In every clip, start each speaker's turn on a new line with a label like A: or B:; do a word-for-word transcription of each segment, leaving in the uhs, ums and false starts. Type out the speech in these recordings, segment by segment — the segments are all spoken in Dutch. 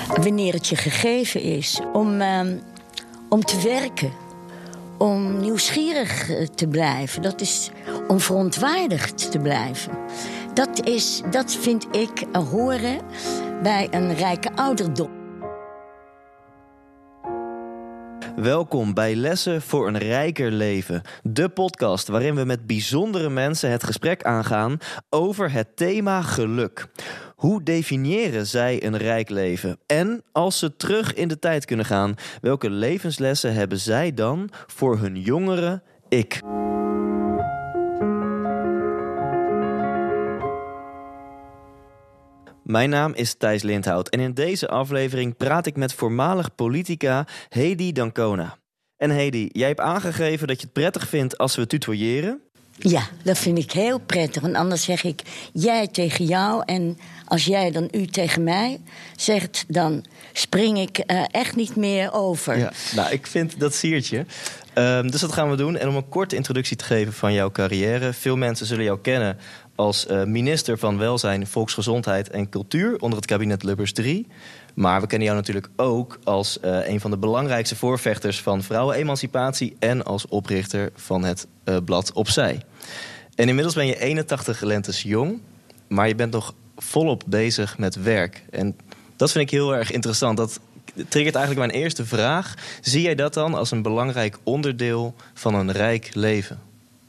A: wanneer het je gegeven is om, uh, om te werken, om nieuwsgierig te blijven. Dat is om verontwaardigd te blijven. Dat, is, dat vind ik uh, horen bij een rijke ouderdom.
B: Welkom bij Lessen voor een rijker leven. De podcast waarin we met bijzondere mensen het gesprek aangaan over het thema geluk. Hoe definiëren zij een rijk leven? En als ze terug in de tijd kunnen gaan, welke levenslessen hebben zij dan voor hun jongere ik? Mijn naam is Thijs Lindhout en in deze aflevering praat ik met voormalig politica Hedy Dancona. En Hedy, jij hebt aangegeven dat je het prettig vindt als we tutoyeren.
A: Ja, dat vind ik heel prettig. Want anders zeg ik jij tegen jou. En als jij dan u tegen mij zegt, dan spring ik uh, echt niet meer over.
B: Ja, nou, ik vind dat siertje. Um, dus dat gaan we doen. En om een korte introductie te geven van jouw carrière. Veel mensen zullen jou kennen als uh, minister van Welzijn, Volksgezondheid en Cultuur onder het kabinet Lubbers drie. Maar we kennen jou natuurlijk ook als uh, een van de belangrijkste voorvechters van vrouwenemancipatie en als oprichter van het uh, blad Opzij. En inmiddels ben je eenentachtig lentes jong, maar je bent nog volop bezig met werk. En dat vind ik heel erg interessant. Dat triggert eigenlijk mijn eerste vraag. Zie jij dat dan als een belangrijk onderdeel van een rijk leven?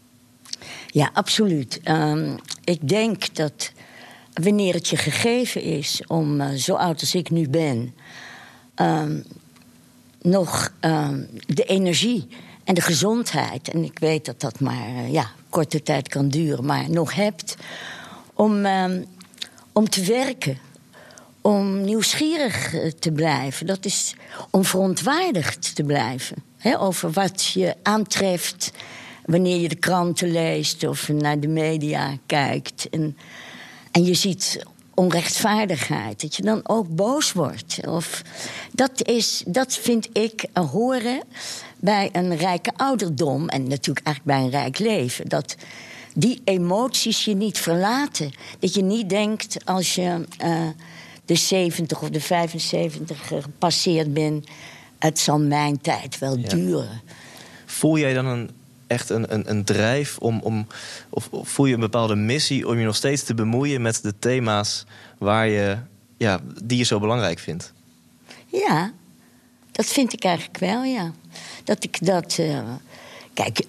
A: Ja, absoluut. Um, ik denk dat wanneer het je gegeven is om uh, zo oud als ik nu ben, Um, nog um, de energie en de gezondheid, en ik weet dat dat maar uh, ja, korte tijd kan duren, maar nog hebt om, um, om te werken, om nieuwsgierig te blijven. Dat is om verontwaardigd te blijven, hè, over wat je aantreft wanneer je de kranten leest of naar de media kijkt. En, en je ziet onrechtvaardigheid, dat je dan ook boos wordt. Of, dat, is, dat vind ik uh, horen bij een rijke ouderdom. En natuurlijk eigenlijk bij een rijk leven. Dat die emoties je niet verlaten. Dat je niet denkt als je uh, de zeventig of de vijfenzeventig gepasseerd bent, het zal mijn tijd wel
B: Ja.
A: duren.
B: Voel jij dan een echt een, een, een drijf om, om of, of voel je een bepaalde missie om je nog steeds te bemoeien met de thema's waar je, ja, die je zo belangrijk vindt?
A: Ja, dat vind ik eigenlijk wel, ja. Dat ik dat... Uh, kijk,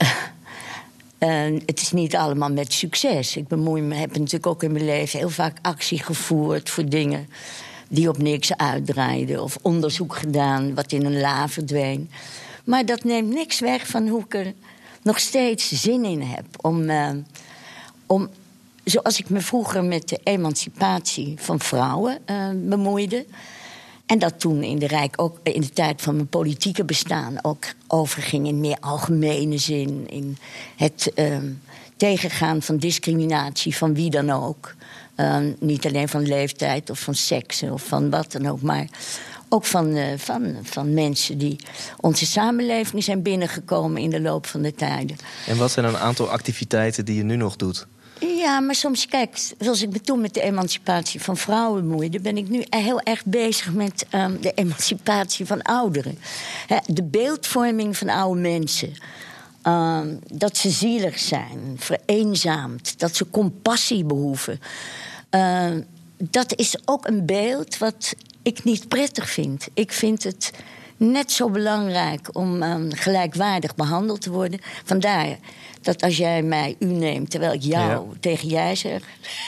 A: uh, het is niet allemaal met succes. Ik bemoei me, heb natuurlijk ook in mijn leven heel vaak actie gevoerd voor dingen die op niks uitdraaiden, of onderzoek gedaan wat in een la verdween. Maar dat neemt niks weg van hoe ik er nog steeds zin in heb om, uh, om zoals ik me vroeger met de emancipatie van vrouwen uh, bemoeide, en dat toen in de Rijk ook in de tijd van mijn politieke bestaan ook overging in meer algemene zin, in het uh, tegengaan van discriminatie van wie dan ook. Uh, niet alleen van leeftijd of van seks of van wat dan ook, maar ook van, uh, van, van mensen die onze samenleving zijn binnengekomen in de loop van de tijden.
B: En wat zijn een aantal activiteiten die je nu nog doet?
A: Ja, maar soms, kijk, zoals ik me toen met de emancipatie van vrouwen bemoeide, ben ik nu heel erg bezig met um, de emancipatie van ouderen. He, de beeldvorming van oude mensen. Um, dat ze zielig zijn, vereenzaamd, dat ze compassie behoeven. Uh, dat is ook een beeld wat ik niet prettig vind. Ik vind het net zo belangrijk om um, gelijkwaardig behandeld te worden. Vandaar dat als jij mij u neemt, terwijl ik jou ja. tegen jij zeg,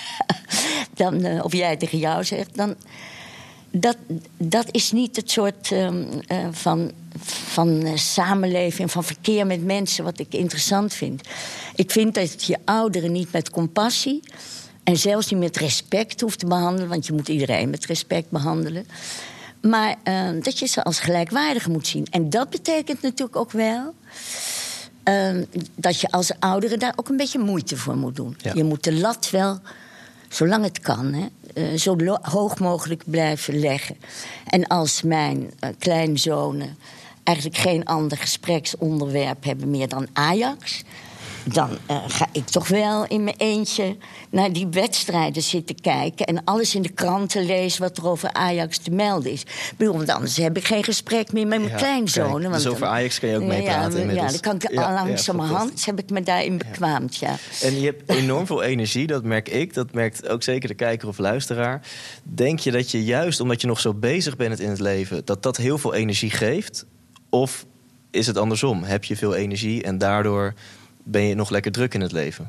A: dan, uh, of jij tegen jou zegt, dan dat, dat is niet het soort um, uh, van, van uh, samenleving, van verkeer met mensen wat ik interessant vind. Ik vind dat je ouderen niet met compassie en zelfs niet met respect hoeft te behandelen, want je moet iedereen met respect behandelen. Maar uh, dat je ze als gelijkwaardig moet zien. En dat betekent natuurlijk ook wel uh, dat je als ouderen daar ook een beetje moeite voor moet doen. Ja. Je moet de lat wel, zolang het kan, hè, uh, zo lo- hoog mogelijk blijven leggen. En als mijn uh, kleinzonen eigenlijk geen ander gespreksonderwerp hebben meer dan Ajax, dan uh, ga ik toch wel in mijn eentje naar die wedstrijden zitten kijken en alles in de kranten lezen wat er over Ajax te melden is. Ik bedoel, want anders heb ik geen gesprek meer met mijn ja, kleinzonen.
B: Kijk,
A: want
B: dus over Ajax kan je ook meepraten
A: ja,
B: inmiddels.
A: Ja, dan kan ik ja, langzamerhand, ja, heb ik me daarin bekwaamd, ja.
B: En je hebt enorm veel energie, dat merk ik. Dat merkt ook zeker de kijker of luisteraar. Denk je dat je juist omdat je nog zo bezig bent in het leven, dat dat heel veel energie geeft? Of is het andersom? Heb je veel energie en daardoor ben je nog lekker druk in het leven?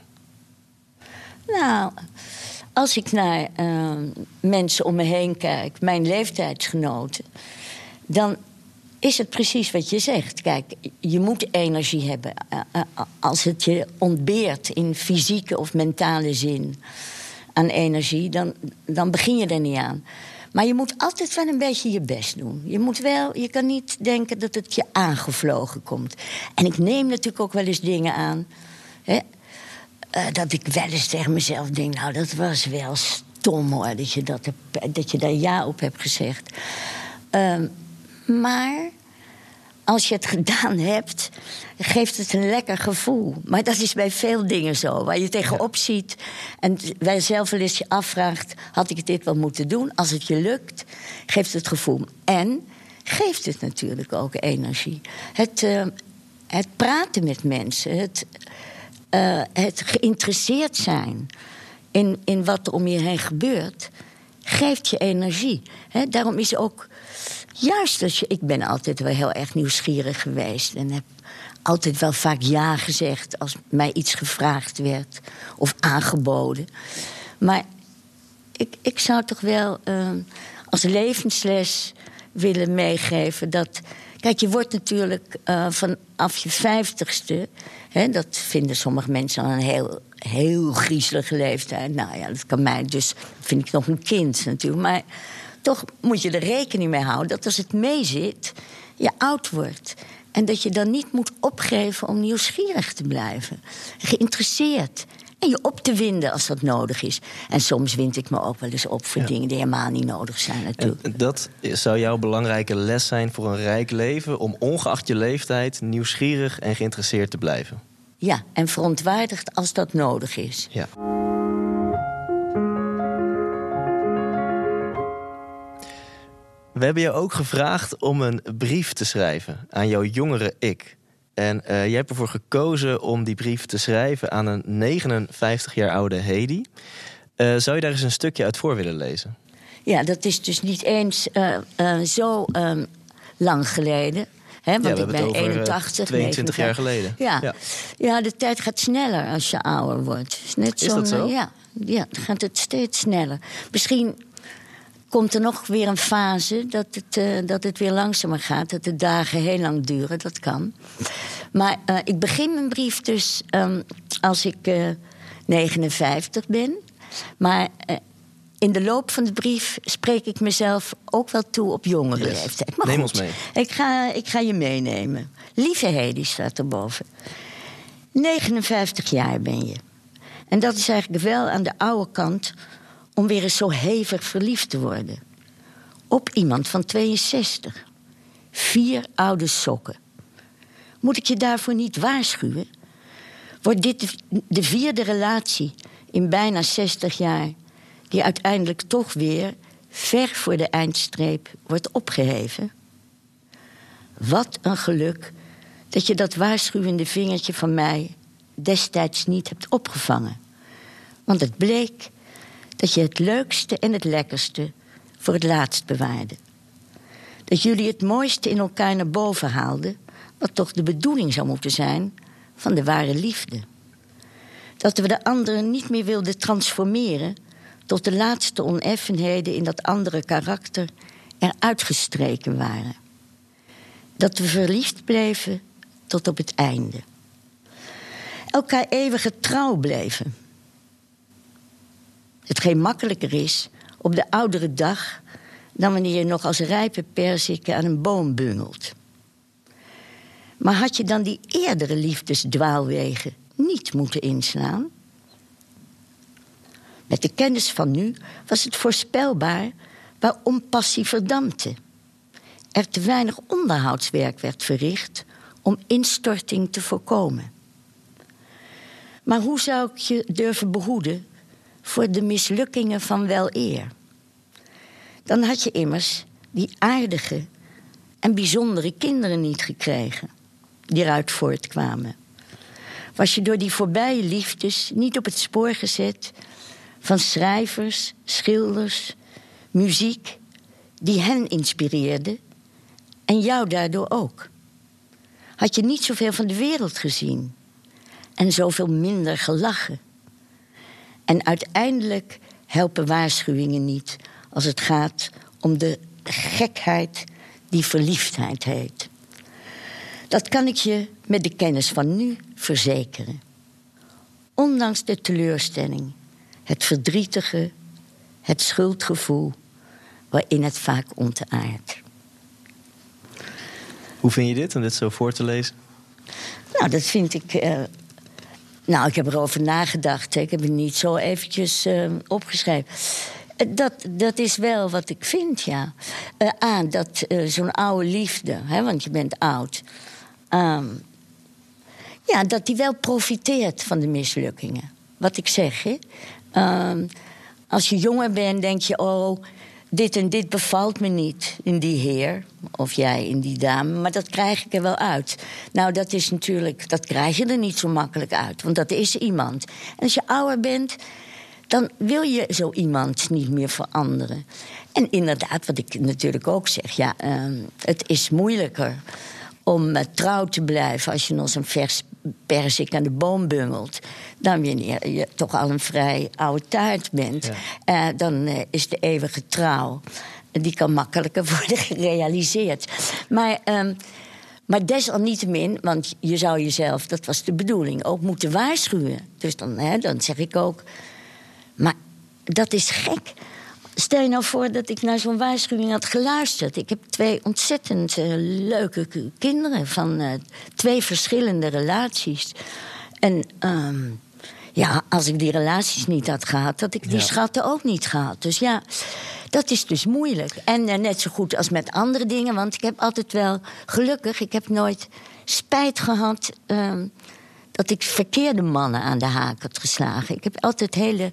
A: Nou, als ik naar uh, mensen om me heen kijk, mijn leeftijdsgenoten, dan is het precies wat je zegt. Kijk, je moet energie hebben. Uh, uh, als het je ontbeert in fysieke of mentale zin aan energie, dan, dan begin je er niet aan. Maar je moet altijd wel een beetje je best doen. Je moet wel, je kan niet denken dat het je aangevlogen komt. En ik neem natuurlijk ook wel eens dingen aan, hè, uh, dat ik wel eens tegen mezelf denk, nou, dat was wel stom hoor, dat je, dat, heb, dat je daar ja op hebt gezegd. Uh, maar als je het gedaan hebt, geeft het een lekker gevoel. Maar dat is bij veel dingen zo, waar je tegenop ziet en waar je zelf wel eens je afvraagt, had ik dit wel moeten doen? Als het je lukt, geeft het gevoel. En geeft het natuurlijk ook energie. Het, uh, het praten met mensen, het, uh, het geïnteresseerd zijn in, in wat er om je heen gebeurt, geeft je energie. He, daarom is ook, juist als je, ik ben altijd wel heel erg nieuwsgierig geweest en heb altijd wel vaak ja gezegd als mij iets gevraagd werd of aangeboden. Maar ik, ik zou toch wel uh, als levensles willen meegeven dat, kijk, je wordt natuurlijk uh, vanaf je vijftigste, hè, dat vinden sommige mensen al een heel, heel griezelige leeftijd. Nou ja, dat kan mij, dus vind ik nog een kind natuurlijk. Maar toch moet je er rekening mee houden dat als het meezit, je oud wordt. En dat je dan niet moet opgeven om nieuwsgierig te blijven. Geïnteresseerd. En je op te winden als dat nodig is. En soms wind ik me ook wel eens op voor ja. dingen die helemaal niet nodig zijn natuurlijk.
B: En dat zou jouw belangrijke les zijn voor een rijk leven, om ongeacht je leeftijd nieuwsgierig en geïnteresseerd te blijven.
A: Ja, en verontwaardigd als dat nodig is.
B: Ja. We hebben je ook gevraagd om een brief te schrijven aan jouw jongere ik. En uh, jij hebt ervoor gekozen om die brief te schrijven aan een negenenvijftig jaar oude Hedy. Uh, zou je daar eens een stukje uit voor willen lezen?
A: Ja, dat is dus niet eens uh, uh, zo um, lang geleden. Hè, want
B: ja,
A: ik ben eenentachtig,
B: tweeëntwintig jaar geleden.
A: Ja. Ja. ja, de tijd gaat sneller als je ouder wordt. Is, net
B: is dat zo?
A: Uh, ja, ja, dan gaat het steeds sneller. Misschien komt er nog weer een fase dat het, uh, dat het weer langzamer gaat. Dat de dagen heel lang duren, dat kan. Maar uh, ik begin mijn brief dus um, als ik uh, negenenvijftig ben. Maar uh, in de loop van de brief spreek ik mezelf ook wel toe op jongere yes. leeftijd. Maar
B: Neem
A: goed,
B: ons mee.
A: Ik ga, ik ga je meenemen. Lieve Hedy staat erboven. negenenvijftig jaar ben je. En dat is eigenlijk wel aan de oude kant om weer eens zo hevig verliefd te worden. Op iemand van tweeënzestig. Vier oude sokken. Moet ik je daarvoor niet waarschuwen? Wordt dit de vierde relatie in bijna zestig jaar die uiteindelijk toch weer ver voor de eindstreep wordt opgeheven? Wat een geluk dat je dat waarschuwende vingertje van mij destijds niet hebt opgevangen. Want het bleek dat je het leukste en het lekkerste voor het laatst bewaarde. Dat jullie het mooiste in elkaar naar boven haalden, wat toch de bedoeling zou moeten zijn van de ware liefde. Dat we de anderen niet meer wilden transformeren tot de laatste oneffenheden in dat andere karakter eruit gestreken waren. Dat we verliefd bleven tot op het einde. Elkaar eeuwige trouw bleven. Hetgeen makkelijker is op de oudere dag dan wanneer je nog als rijpe perziken aan een boom bungelt. Maar had je dan die eerdere liefdesdwaalwegen niet moeten inslaan? Met de kennis van nu was het voorspelbaar waarom passie verdampte. Er te weinig onderhoudswerk werd verricht om instorting te voorkomen. Maar hoe zou ik je durven behoeden voor de mislukkingen van weleer? Dan had je immers die aardige en bijzondere kinderen niet gekregen die eruit voortkwamen. Was je door die voorbije liefdes niet op het spoor gezet van schrijvers, schilders, muziek die hen inspireerde en jou daardoor ook? Had je niet zoveel van de wereld gezien en zoveel minder gelachen? En uiteindelijk helpen waarschuwingen niet als het gaat om de gekheid die verliefdheid heet. Dat kan ik je met de kennis van nu verzekeren. Ondanks de teleurstelling, het verdrietige, het schuldgevoel waarin het vaak ontaardt.
B: Hoe vind je dit om dit zo voor te lezen?
A: Nou, dat vind ik... Uh, nou, ik heb erover nagedacht. Hè. Ik heb het niet zo eventjes uh, opgeschreven. Uh, dat, dat is wel wat ik vind, ja. Uh, A, dat uh, zo'n oude liefde, hè, want je bent oud... Um, ja, dat die wel profiteert van de mislukkingen. Wat ik zeg, hè. Um, als je jonger bent, denk je... oh, dit en dit bevalt me niet in die heer. Of jij in die dame, maar dat krijg ik er wel uit. Nou, dat is natuurlijk... dat krijg je er niet zo makkelijk uit, want dat is iemand. En als je ouder bent, dan wil je zo iemand niet meer veranderen. En inderdaad, wat ik natuurlijk ook zeg... ja, um, het is moeilijker om uh, trouw te blijven als je nog zo'n vers persik aan de boom bungelt, dan wanneer je toch al een vrij oude taart bent. Ja. Uh, dan uh, is de eeuwige trouw, die kan makkelijker worden gerealiseerd. Maar, um, maar desalniettemin, want je zou jezelf, dat was de bedoeling, ook moeten waarschuwen. Dus dan, hè, dan zeg ik ook, maar dat is gek. Stel je nou voor dat ik naar zo'n waarschuwing had geluisterd. Ik heb twee ontzettend uh, leuke k- kinderen van uh, twee verschillende relaties. En um, ja, als ik die relaties niet had gehad, had ik die ja. schatten ook niet gehad. Dus ja, dat is dus moeilijk. En uh, net zo goed als met andere dingen, want ik heb altijd wel, gelukkig, ik heb nooit spijt gehad um, dat ik verkeerde mannen aan de haak had geslagen. Ik heb altijd hele...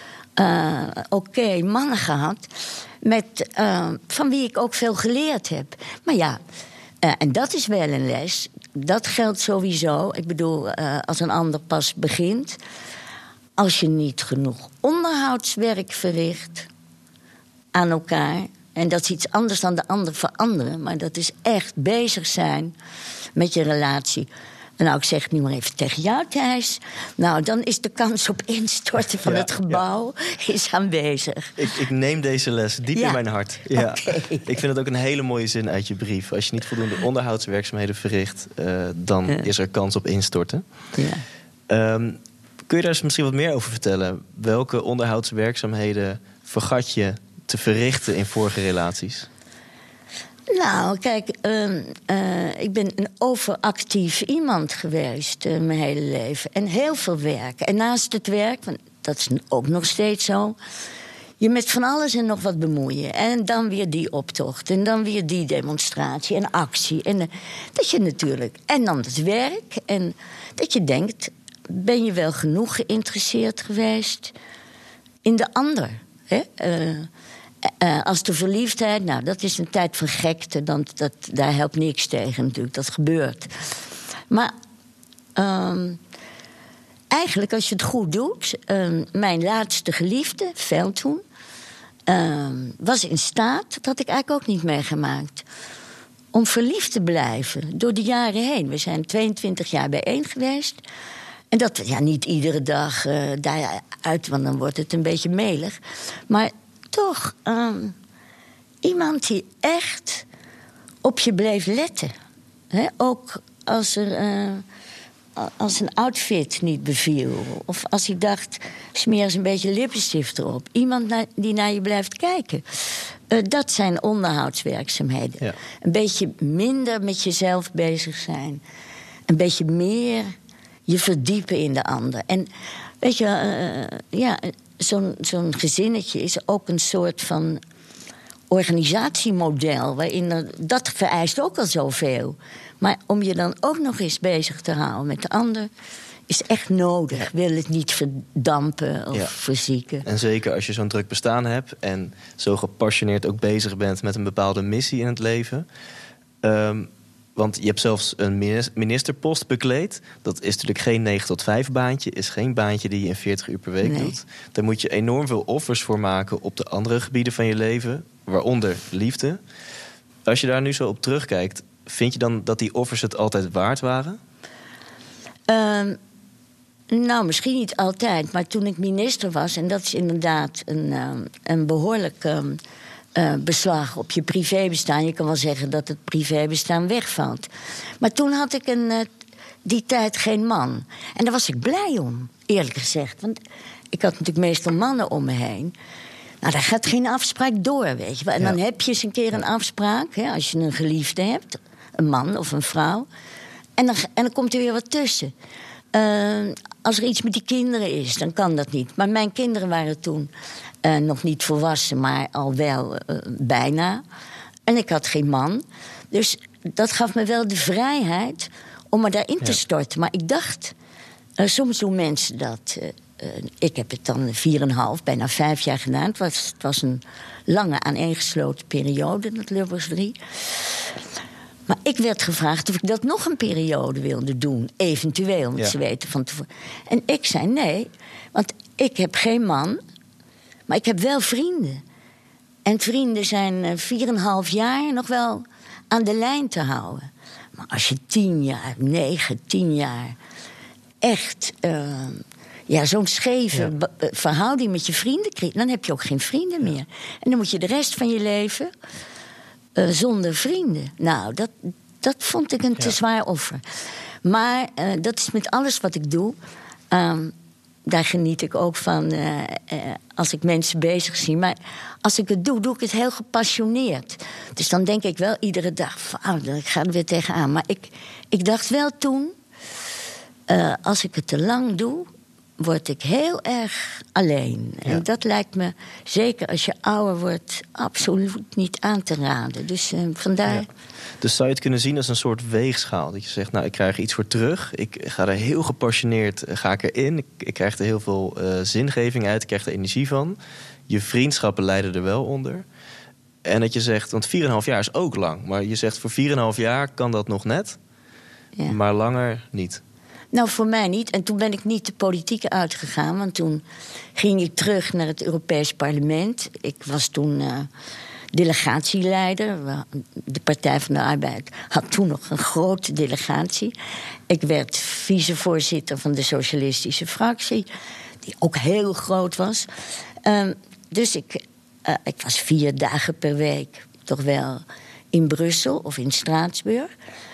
A: Uh, oké, okay, mannen gehad, met, uh, van wie ik ook veel geleerd heb. Maar ja, uh, en dat is wel een les. Dat geldt sowieso. Ik bedoel, uh, als een ander pas begint, als je niet genoeg onderhoudswerk verricht aan elkaar, en dat is iets anders dan de ander veranderen, maar dat is echt bezig zijn met je relatie. Nou, ik zeg het nu maar even tegen jou, Thijs. Nou, dan is de kans op instorten van ja, het gebouw ja. is aanwezig.
B: Ik, ik neem deze les diep ja. in mijn hart. Ja.
A: Okay.
B: Ik vind het ook een hele mooie zin uit je brief. Als je niet voldoende onderhoudswerkzaamheden verricht, uh, dan ja. is er kans op instorten. Ja. Um, kun je daar eens misschien wat meer over vertellen? Welke onderhoudswerkzaamheden vergat je te verrichten in vorige relaties?
A: Nou, kijk, uh, uh, ik ben een overactief iemand geweest uh, mijn hele leven. En heel veel werk. En naast het werk, want dat is ook nog steeds zo, je met van alles en nog wat bemoeien. En dan weer die optocht. En dan weer die demonstratie en actie. En uh, dat je natuurlijk... En dan het werk. En dat je denkt, ben je wel genoeg geïnteresseerd geweest in de ander? Hè? Uh, Uh, als de verliefdheid, nou, dat is een tijd van gekte. Dan, dat, daar helpt niks tegen natuurlijk, dat gebeurt. Maar um, eigenlijk, als je het goed doet... Um, mijn laatste geliefde, Veldhoen, um, was in staat, dat had ik eigenlijk ook niet meegemaakt, om verliefd te blijven door de jaren heen. We zijn tweeëntwintig jaar bijeen geweest. En dat, ja, niet iedere dag uh, daaruit, want dan wordt het een beetje melig. Maar toch, um, iemand die echt op je bleef letten. He, ook als er uh, als een outfit niet beviel. Of als hij dacht, smeer eens een beetje lippenstift erop. Iemand na, die naar je blijft kijken. Uh, dat zijn onderhoudswerkzaamheden. Ja. Een beetje minder met jezelf bezig zijn. Een beetje meer je verdiepen in de ander. En weet je, uh, ja... Zo'n, zo'n gezinnetje is ook een soort van organisatiemodel, waarin er, dat vereist ook al zoveel. Maar om je dan ook nog eens bezig te houden met de ander, is echt nodig.
B: Ja.
A: Wil het niet verdampen of
B: Ja.
A: verzieken.
B: En zeker als je zo'n druk bestaan hebt en zo gepassioneerd ook bezig bent met een bepaalde missie in het leven. Um, want je hebt zelfs een ministerpost bekleed. Dat is natuurlijk geen negen tot vijf baantje. Is geen baantje die je in veertig uur per week
A: Nee.
B: doet. Daar moet je enorm veel offers voor maken op de andere gebieden van je leven. Waaronder liefde. Als je daar nu zo op terugkijkt, vind je dan dat die offers het altijd waard waren?
A: Um, nou, misschien niet altijd. Maar toen ik minister was, en dat is inderdaad een, um, een behoorlijk um, uh, beslag op je privébestaan. Je kan wel zeggen dat het privébestaan wegvalt. Maar toen had ik een, uh, die tijd geen man. En daar was ik blij om, eerlijk gezegd. Want ik had natuurlijk meestal mannen om me heen. Nou, daar gaat geen afspraak door, weet je wel. En
B: Ja.
A: dan heb je eens een keer een afspraak, hè, als je een geliefde hebt. Een man of een vrouw. En dan, en dan komt er weer wat tussen. Uh, als er iets met die kinderen is, dan kan dat niet. Maar mijn kinderen waren toen uh, nog niet volwassen, maar al wel uh, bijna. En ik had geen man. Dus dat gaf me wel de vrijheid om me daarin
B: Ja.
A: te storten. Maar ik dacht, uh, soms doen mensen dat. Uh, uh, ik heb het dan vier en een half, bijna vijf jaar gedaan. Het was, het was een lange aaneengesloten periode, dat Lubbers drie. Maar ik werd gevraagd of ik dat nog een periode wilde doen. Eventueel, want
B: Ja.
A: ze weten van tevoren. En ik zei nee, want ik heb geen man, maar ik heb wel vrienden. En vrienden zijn vier en een half jaar nog wel aan de lijn te houden. Maar als je tien jaar, negen, tien jaar echt uh, ja, zo'n scheve
B: Ja.
A: be- verhouding met je vrienden krijgt, dan heb je ook geen vrienden meer. En dan moet je de rest van je leven Uh, zonder vrienden. Nou, dat, dat vond ik een te
B: Ja.
A: zwaar offer. Maar uh, dat is met alles wat ik doe. Um, daar geniet ik ook van uh, uh, als ik mensen bezig zie. Maar als ik het doe, doe ik het heel gepassioneerd. Dus dan denk ik wel iedere dag van, oh, ik ga er weer tegenaan. Maar ik, ik dacht wel toen, uh, als ik het te lang doe, word ik heel erg alleen.
B: Ja.
A: En dat lijkt me, zeker als je ouder wordt, absoluut niet aan te raden. Dus uh, vandaar...
B: Ja. Dus zou je het kunnen zien als een soort weegschaal? Dat je zegt, nou, ik krijg er iets voor terug. Ik ga er heel gepassioneerd uh, ga ik erin. Ik, ik krijg er heel veel uh, zingeving uit. Ik krijg er energie van. Je vriendschappen lijden er wel onder. En dat je zegt, want vier en een half jaar is ook lang. Maar je zegt, voor vier en een half jaar kan dat nog net.
A: Ja.
B: Maar langer niet.
A: Nou, voor mij niet. En toen ben ik niet de politiek uitgegaan. Want toen ging ik terug naar het Europees Parlement. Ik was toen uh, delegatieleider. De Partij van de Arbeid had toen nog een grote delegatie. Ik werd vicevoorzitter van de socialistische fractie. Die ook heel groot was. Um, dus ik, uh, ik was vier dagen per week toch wel in Brussel of in Straatsburg.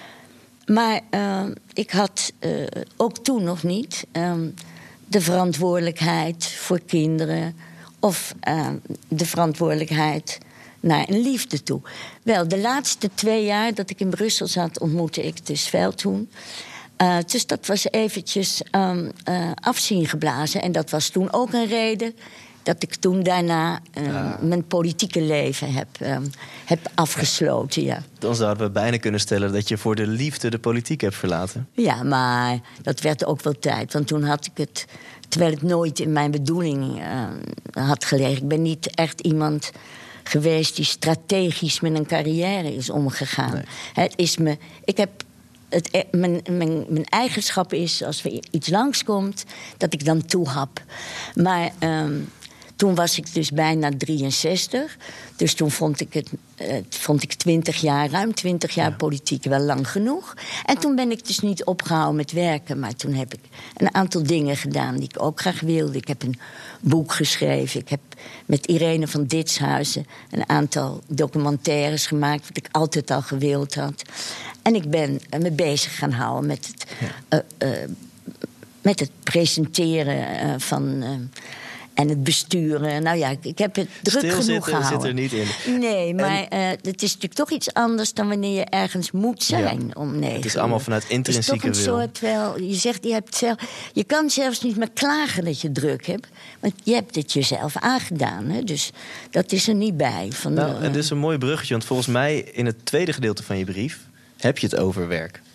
A: Maar uh, ik had uh, ook toen nog niet uh, de verantwoordelijkheid voor kinderen of uh, de verantwoordelijkheid naar een liefde toe. Wel, de laatste twee jaar dat ik in Brussel zat, ontmoette ik dus Veldhoen. Uh, dus dat was eventjes um, uh, afzien geblazen. En dat was toen ook een reden dat ik toen daarna uh, ja. mijn politieke leven heb, um, heb afgesloten, ja.
B: Dan zouden we bijna kunnen stellen dat je voor de liefde de politiek hebt verlaten.
A: Ja, maar dat werd ook wel tijd. Want toen had ik het, terwijl het nooit in mijn bedoeling uh, had gelegen. Ik ben niet echt iemand geweest die strategisch met een carrière is omgegaan. Nee. Het is me, ik heb het, mijn, mijn, mijn eigenschap is, als er iets langskomt, dat ik dan toehap. Maar um, toen was ik dus bijna drieënzestig. Dus toen vond ik het, uh, vond ik twintig jaar, ruim twintig jaar ja. politiek wel lang genoeg. En toen ben ik dus niet opgehouden met werken. Maar toen heb ik een aantal dingen gedaan die ik ook graag wilde. Ik heb een boek geschreven. Ik heb met Irene van Ditshuizen een aantal documentaires gemaakt, wat ik altijd al gewild had. En ik ben me bezig gaan houden met het, ja. uh, uh, met het presenteren uh, van... Uh, En het besturen. Nou ja, ik heb het druk
B: Stil
A: genoeg
B: zitten,
A: gehouden.
B: zit er niet in.
A: Nee, maar en, uh, het is natuurlijk toch iets anders dan wanneer je ergens moet zijn. Ja, om negen
B: het is allemaal vanuit intrinsieke wil.
A: Het is toch een soort wel. Je zegt, je hebt zelf. Je kan zelfs niet meer klagen dat je druk hebt, want je hebt het jezelf aangedaan. Hè? Dus dat is er niet bij. Van
B: nou,
A: de,
B: het is een mooi bruggetje, want volgens mij in het tweede gedeelte van je brief heb je het over werk.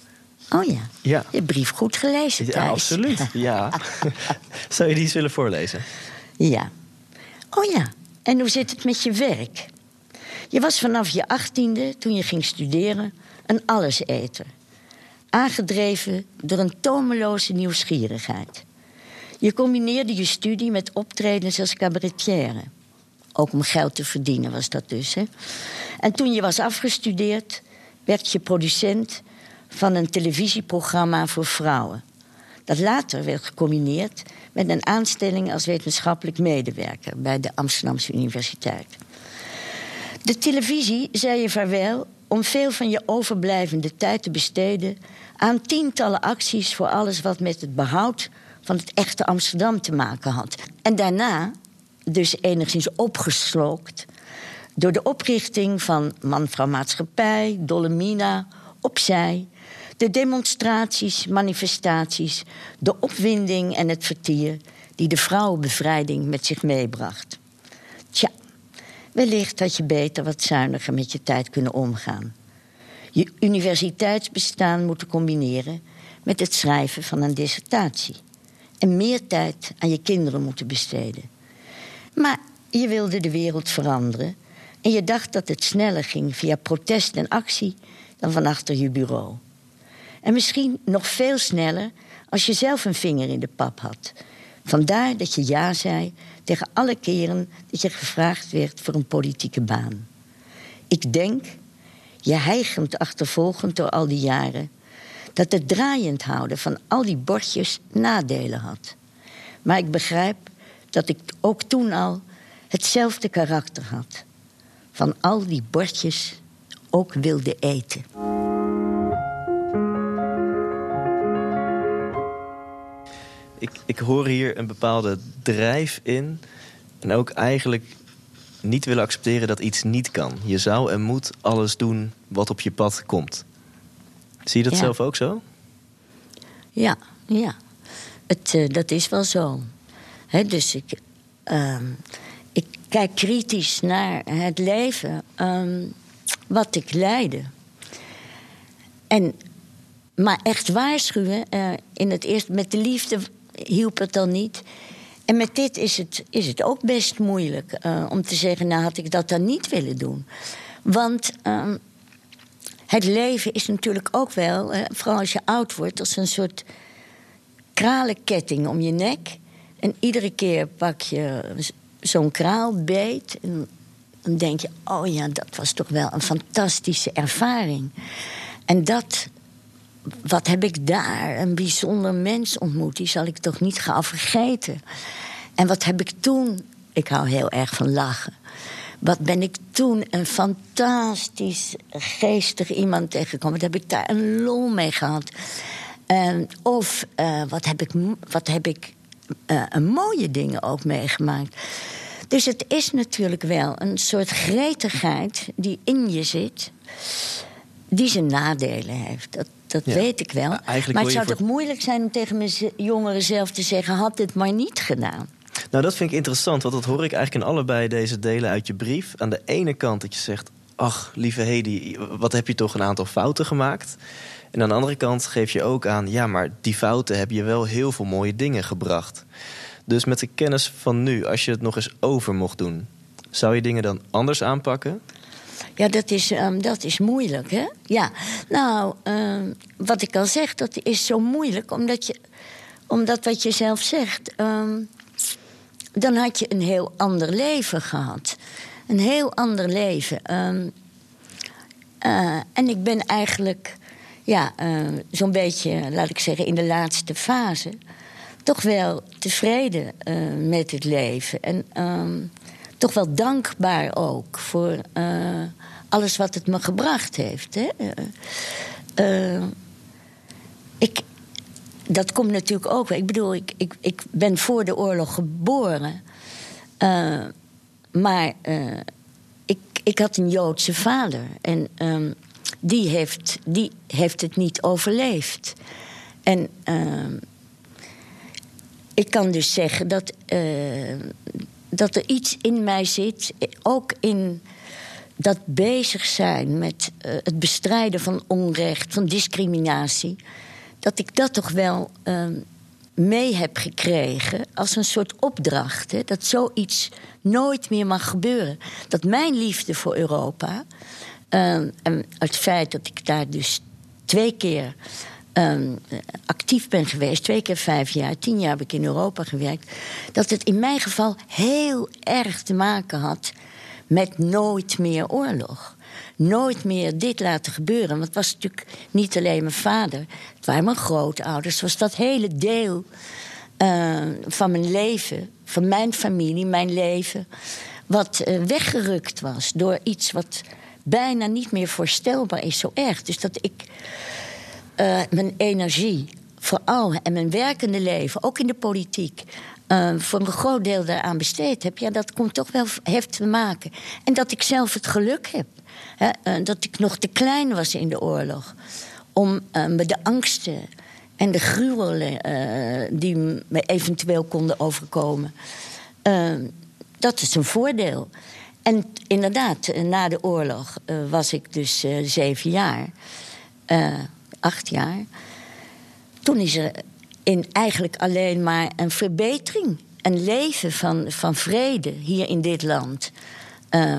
A: Oh ja,
B: Ja.
A: je brief goed gelezen, Thijs.
B: Ja, absoluut. Ja. Zou je die eens willen voorlezen?
A: Ja. Oh ja, en hoe zit het met je werk? Je was vanaf je achttiende, toen je ging studeren, een alleseter. Aangedreven door een tomeloze nieuwsgierigheid. Je combineerde je studie met optredens als cabaretière. Ook om geld te verdienen was dat dus, hè? En toen je was afgestudeerd, werd je producent van een televisieprogramma voor vrouwen. Dat later werd gecombineerd met een aanstelling als wetenschappelijk medewerker bij de Amsterdamse Universiteit. De televisie zei je vaarwel om veel van je overblijvende tijd te besteden aan tientallen acties voor alles wat met het behoud van het echte Amsterdam te maken had. En daarna, dus enigszins opgeslokt door de oprichting van Man-Vrouw Maatschappij, Dollemina, Opzij, de demonstraties, manifestaties, de opwinding en het vertier die de vrouwenbevrijding met zich meebracht. Tja, wellicht had je beter wat zuiniger met je tijd kunnen omgaan. Je universiteitsbestaan moeten combineren met het schrijven van een dissertatie. En meer tijd aan je kinderen moeten besteden. Maar je wilde de wereld veranderen en je dacht dat het sneller ging via protest en actie dan van achter je bureau. En misschien nog veel sneller als je zelf een vinger in de pap had. Vandaar dat je ja zei tegen alle keren dat je gevraagd werd voor een politieke baan. Ik denk, je hijgend achtervolgend door al die jaren, dat het draaiend houden van al die bordjes nadelen had. Maar ik begrijp dat ik ook toen al hetzelfde karakter had. Van al die bordjes ook wilde eten.
B: Ik, ik hoor hier een bepaalde drijf in. En ook eigenlijk niet willen accepteren dat iets niet kan. Je zou en moet alles doen wat op je pad komt. Zie je dat
A: Ja.
B: zelf ook zo?
A: Ja, ja. Het, uh, dat is wel zo. He, dus ik, uh, ik kijk kritisch naar het leven um, wat ik leidde. En, maar echt waarschuwen, uh, in het eerst met de liefde hielp het dan niet. En met dit is het, is het ook best moeilijk uh, om te zeggen, nou had ik dat dan niet willen doen. Want uh, het leven is natuurlijk ook wel, uh, vooral als je oud wordt, als een soort kralenketting om je nek. En iedere keer pak je zo'n kraal beet en dan denk je, oh ja, dat was toch wel een fantastische ervaring. En dat, wat heb ik daar een bijzonder mens ontmoet, die zal ik toch niet gauw vergeten. En wat heb ik toen, ik hou heel erg van lachen, wat ben ik toen een fantastisch geestig iemand tegengekomen. Wat heb ik daar een lol mee gehad. Uh, of uh, wat heb ik, wat heb ik uh, een mooie dingen ook meegemaakt. Dus het is natuurlijk wel een soort gretigheid die in je zit, die zijn nadelen heeft. Dat, dat ja, weet ik wel. Maar het zou voor... toch moeilijk zijn om tegen mijn jongeren zelf te zeggen, had dit maar niet gedaan.
B: Nou, dat vind ik interessant, want dat hoor ik eigenlijk in allebei deze delen uit je brief. Aan de ene kant dat je zegt, ach, lieve Hedy, wat heb je toch een aantal fouten gemaakt? En aan de andere kant geef je ook aan, ja, maar die fouten hebben je wel heel veel mooie dingen gebracht. Dus met de kennis van nu, als je het nog eens over mocht doen, zou je dingen dan anders aanpakken?
A: Ja, dat is, um, dat is moeilijk, hè? Ja, nou, um, wat ik al zeg, dat is zo moeilijk, omdat je, omdat wat je zelf zegt, um, dan had je een heel ander leven gehad. Een heel ander leven. Um, uh, en ik ben eigenlijk, ja, uh, zo'n beetje, laat ik zeggen, in de laatste fase toch wel tevreden uh, met het leven. En um, toch wel dankbaar ook voor uh, alles wat het me gebracht heeft. Hè? Uh, uh, ik, dat komt natuurlijk ook wel. Ik bedoel, ik, ik, ik ben voor de oorlog geboren. Uh, maar uh, ik, ik had een Joodse vader. En um, die, heeft, die heeft het niet overleefd. En Uh, ik kan dus zeggen dat, uh, dat er iets in mij zit, ook in dat bezig zijn met uh, het bestrijden van onrecht, van discriminatie, dat ik dat toch wel uh, mee heb gekregen als een soort opdracht. Hè, dat zoiets nooit meer mag gebeuren. Dat mijn liefde voor Europa, uh, en het feit dat ik daar dus twee keer Um, actief ben geweest, twee keer vijf jaar, tien jaar heb ik in Europa gewerkt, dat het in mijn geval heel erg te maken had met nooit meer oorlog. Nooit meer dit laten gebeuren. Want het was natuurlijk niet alleen mijn vader, het waren mijn grootouders, het was dat hele deel uh, van mijn leven, van mijn familie, mijn leven, wat uh, weggerukt was door iets wat bijna niet meer voorstelbaar is, zo erg. Dus dat ik Uh, mijn energie, vooral, en mijn werkende leven, ook in de politiek, uh, voor een groot deel daaraan besteed heb, ja, dat komt toch wel, heeft te maken. En dat ik zelf het geluk heb, hè, uh, dat ik nog te klein was in de oorlog, om uh, me de angsten en de gruwelen uh, die me eventueel konden overkomen, uh, dat is een voordeel. En inderdaad, na de oorlog uh, was ik dus uh, zeven jaar... Uh, acht jaar. Toen is er in eigenlijk alleen maar een verbetering, een leven van, van vrede hier in dit land. Uh,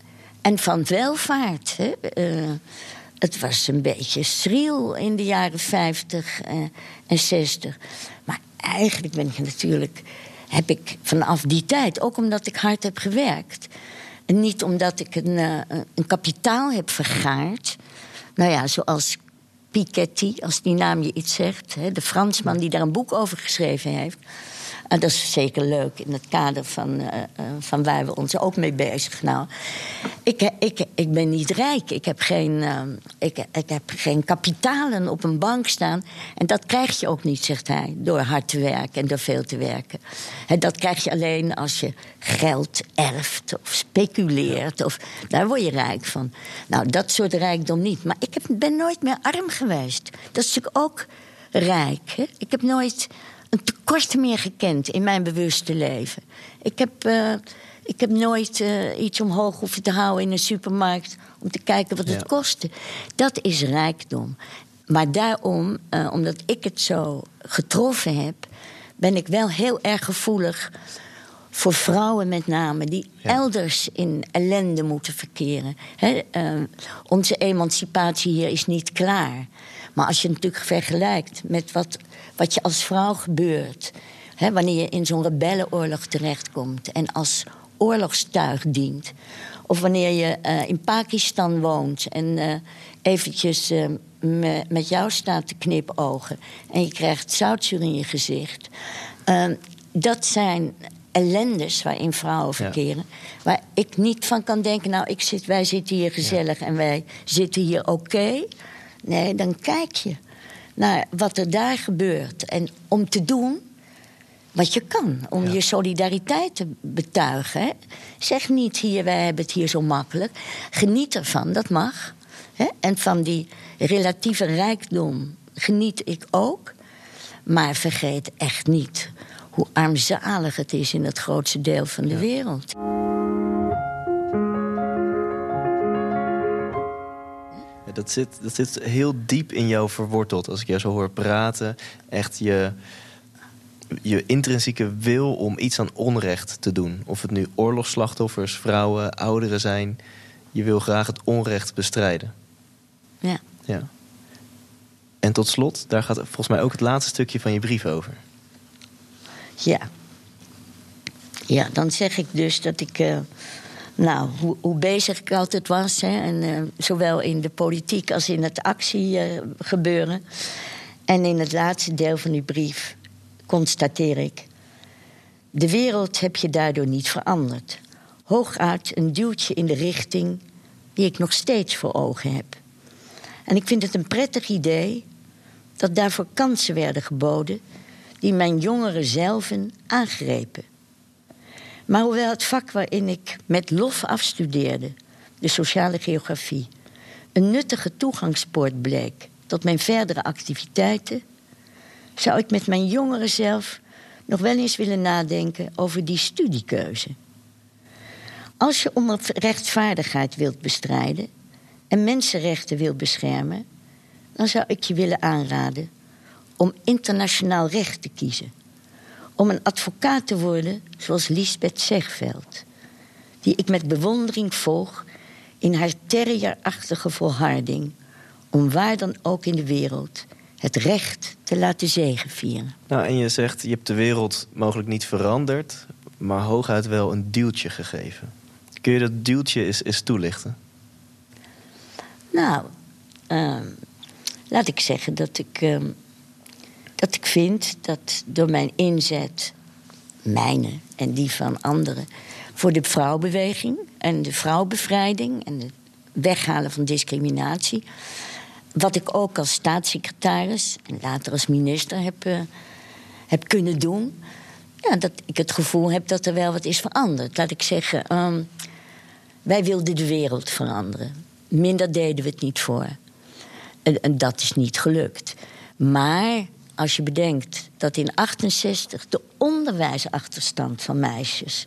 A: en van welvaart. Hè. Uh, het was een beetje schriel in de jaren vijftig uh, en zestig. Maar eigenlijk ben ik natuurlijk, heb ik vanaf die tijd, ook omdat ik hard heb gewerkt, en niet omdat ik een, uh, een kapitaal heb vergaard. Nou ja, zoals Piketty, als die naam je iets zegt, hè, de Fransman die daar een boek over geschreven heeft. En dat is zeker leuk in het kader van, uh, uh, van waar we ons ook mee bezig nou. Ik, ik, ik ben niet rijk. Ik heb, geen, uh, ik, ik heb geen kapitalen op een bank staan. En dat krijg je ook niet, zegt hij, door hard te werken en door veel te werken. En dat krijg je alleen als je geld erft of speculeert. Of, daar word je rijk van. Nou, dat soort rijkdom niet. Maar ik heb, ben nooit meer arm geweest. Dat is natuurlijk ook rijk. Hè? Ik heb nooit een tekort meer gekend in mijn bewuste leven. Ik heb, uh, ik heb nooit uh, iets omhoog hoeven te houden in een supermarkt om te kijken wat het ja. kostte. Dat is rijkdom. Maar daarom, uh, omdat ik het zo getroffen heb, ben ik wel heel erg gevoelig voor vrouwen met name die ja. elders in ellende moeten verkeren. He, uh, onze emancipatie hier is niet klaar. Maar als je het natuurlijk vergelijkt met wat, wat je als vrouw gebeurt, hè, wanneer je in zo'n rebellenoorlog terechtkomt en als oorlogstuig dient, of wanneer je uh, in Pakistan woont en uh, eventjes uh, me, met jou staat te knipogen en je krijgt zoutzuur in je gezicht. Uh, dat zijn ellendes waarin vrouwen verkeren, ja. waar ik niet van kan denken, nou, ik zit, wij zitten hier gezellig ja. en wij zitten hier oké. Okay. Nee, dan kijk je naar wat er daar gebeurt. En om te doen wat je kan. Om ja. je solidariteit te betuigen. Hè. Zeg niet hier, wij hebben het hier zo makkelijk. Geniet ervan, dat mag. Hè. En van die relatieve rijkdom geniet ik ook. Maar vergeet echt niet hoe armzalig het is in het grootste deel van de ja. wereld.
B: Dat zit, dat zit heel diep in jou verworteld. Als ik jou zo hoor praten. Echt je, je intrinsieke wil om iets aan onrecht te doen. Of het nu oorlogsslachtoffers, vrouwen, ouderen zijn. Je wil graag het onrecht bestrijden.
A: Ja.
B: ja. En tot slot, daar gaat volgens mij ook het laatste stukje van je brief over.
A: Ja. Ja, dan zeg ik dus dat ik Uh... Nou, hoe, hoe bezig ik altijd was, hè, en, uh, zowel in de politiek als in het actiegebeuren. Uh, en in het laatste deel van uw brief constateer ik: de wereld heb je daardoor niet veranderd. Hooguit een duwtje in de richting die ik nog steeds voor ogen heb. En ik vind het een prettig idee dat daarvoor kansen werden geboden die mijn jongeren zelven aangrepen. Maar hoewel het vak waarin ik met lof afstudeerde, de sociale geografie, een nuttige toegangspoort bleek tot mijn verdere activiteiten, zou ik met mijn jongeren zelf nog wel eens willen nadenken over die studiekeuze. Als je onrechtvaardigheid wilt bestrijden en mensenrechten wilt beschermen, dan zou ik je willen aanraden om internationaal recht te kiezen. Om een advocaat te worden zoals Liesbeth Zegveld, die ik met bewondering volg in haar terrierachtige volharding om waar dan ook in de wereld het recht te laten zegevieren.
B: Nou, en je zegt, je hebt de wereld mogelijk niet veranderd, maar hooguit wel een duwtje gegeven. Kun je dat duwtje eens, eens toelichten?
A: Nou, uh, laat ik zeggen dat ik, uh, dat ik vind dat door mijn inzet, mijne en die van anderen, voor de vrouwenbeweging en de vrouwenbevrijding en het weghalen van discriminatie, wat ik ook als staatssecretaris en later als minister heb, uh, heb kunnen doen, ja, dat ik het gevoel heb dat er wel wat is veranderd. Laat ik zeggen, um, wij wilden de wereld veranderen. Minder deden we het niet voor. En, en dat is niet gelukt. Maar als je bedenkt dat in achtenzestig de onderwijsachterstand van meisjes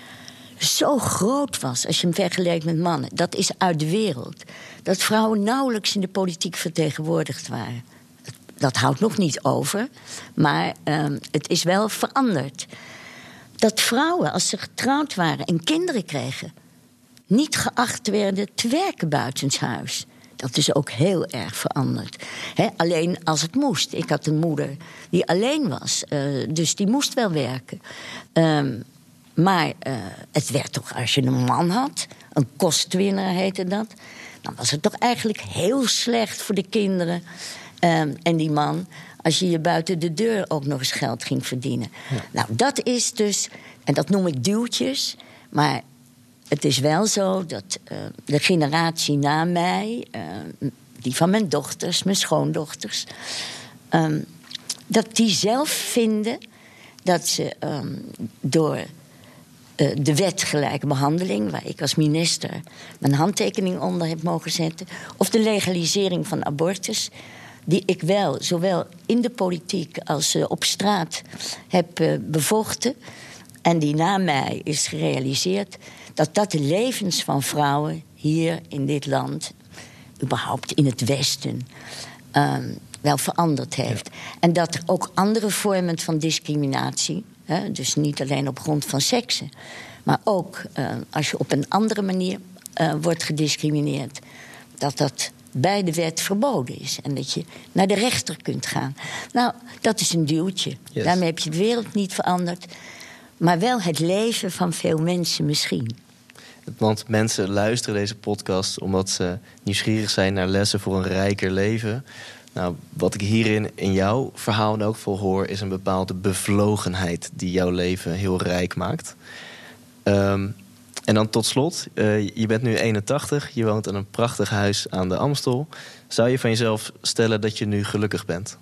A: zo groot was als je hem vergeleek met mannen, dat is uit de wereld. Dat vrouwen nauwelijks in de politiek vertegenwoordigd waren. Dat houdt nog niet over, maar um, het is wel veranderd. Dat vrouwen, als ze getrouwd waren en kinderen kregen, niet geacht werden te werken buitenshuis. Dat is ook heel erg veranderd. He, alleen als het moest. Ik had een moeder die alleen was, uh, dus die moest wel werken. Um, maar uh, het werd toch, als je een man had, een kostwinner heette dat, dan was het toch eigenlijk heel slecht voor de kinderen. Um, en die man, als je je buiten de deur ook nog eens geld ging verdienen. Ja. Nou, dat is dus, en dat noem ik duwtjes, maar het is wel zo dat uh, de generatie na mij, uh, die van mijn dochters, mijn schoondochters, um, dat die zelf vinden dat ze um, door uh, de wet gelijke behandeling, waar ik als minister mijn handtekening onder heb mogen zetten, of de legalisering van abortus, die ik wel zowel in de politiek als uh, op straat heb uh, bevochten en die na mij is gerealiseerd, dat dat de levens van vrouwen hier in dit land, überhaupt in het Westen, um, wel veranderd heeft. Ja. En dat er ook andere vormen van discriminatie, hè, dus niet alleen op grond van seksen, maar ook uh, als je op een andere manier uh, wordt gediscrimineerd, dat dat bij de wet verboden is. En dat je naar de rechter kunt gaan. Nou, dat is een duwtje. Yes. Daarmee heb je de wereld niet veranderd, maar wel het leven van veel mensen misschien.
B: Want mensen luisteren deze podcast omdat ze nieuwsgierig zijn naar lessen voor een rijker leven. Nou, wat ik hierin in jouw verhaal in elk geval hoor, is een bepaalde bevlogenheid die jouw leven heel rijk maakt. Um, en dan tot slot, uh, je bent nu eenentachtig, je woont in een prachtig huis aan de Amstel. Zou je van jezelf stellen dat je nu gelukkig bent?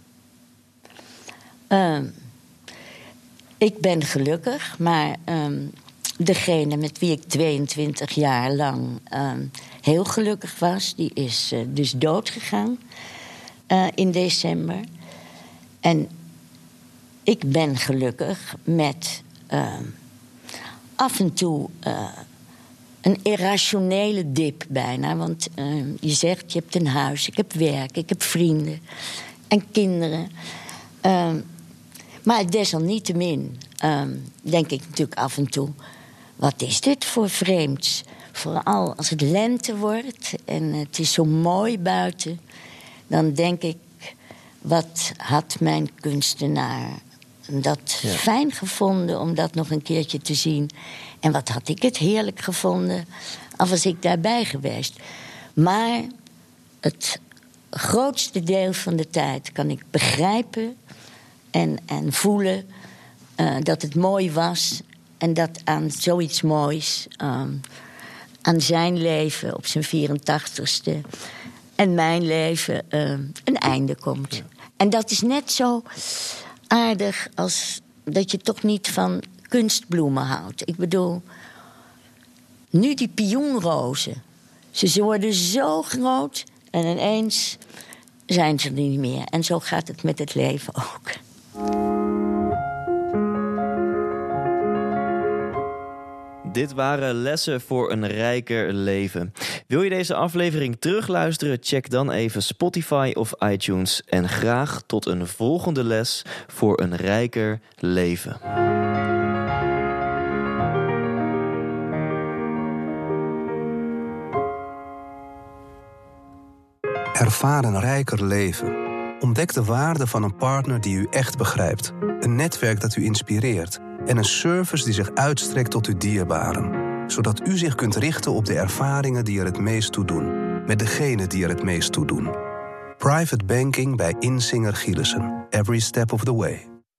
A: Um, ik ben gelukkig, maar Um... degene met wie ik tweeëntwintig jaar lang uh, heel gelukkig was, die is uh, dus doodgegaan uh, in december. En ik ben gelukkig met uh, af en toe uh, een irrationele dip bijna. Want uh, je zegt, je hebt een huis, ik heb werk, ik heb vrienden en kinderen. Uh, maar desalniettemin uh, denk ik natuurlijk af en toe, wat is dit voor vreemds? Vooral als het lente wordt en het is zo mooi buiten, dan denk ik, wat had mijn kunstenaar dat ja. fijn gevonden om dat nog een keertje te zien. En wat had ik het heerlijk gevonden, al was ik daarbij geweest. Maar het grootste deel van de tijd kan ik begrijpen en, en voelen uh, dat het mooi was. En dat aan zoiets moois, um, aan zijn leven op zijn vierentachtigste en mijn leven uh, een einde komt. Ja. En dat is net zo aardig als dat je toch niet van kunstbloemen houdt. Ik bedoel, nu die pioenrozen, ze worden zo groot en ineens zijn ze er niet meer. En zo gaat het met het leven ook.
B: dit waren lessen voor een rijker leven. Wil je deze aflevering terugluisteren? Check dan even Spotify of iTunes. En graag tot een volgende les voor een rijker leven.
C: Ervaar een rijker leven. Ontdek de waarde van een partner die u echt begrijpt. Een netwerk dat u inspireert. En een service die zich uitstrekt tot uw dierbaren. Zodat u zich kunt richten op de ervaringen die er het meest toe doen. Met degenen die er het meest toe doen. Private banking bij Insinger Gielissen. Every step of the way.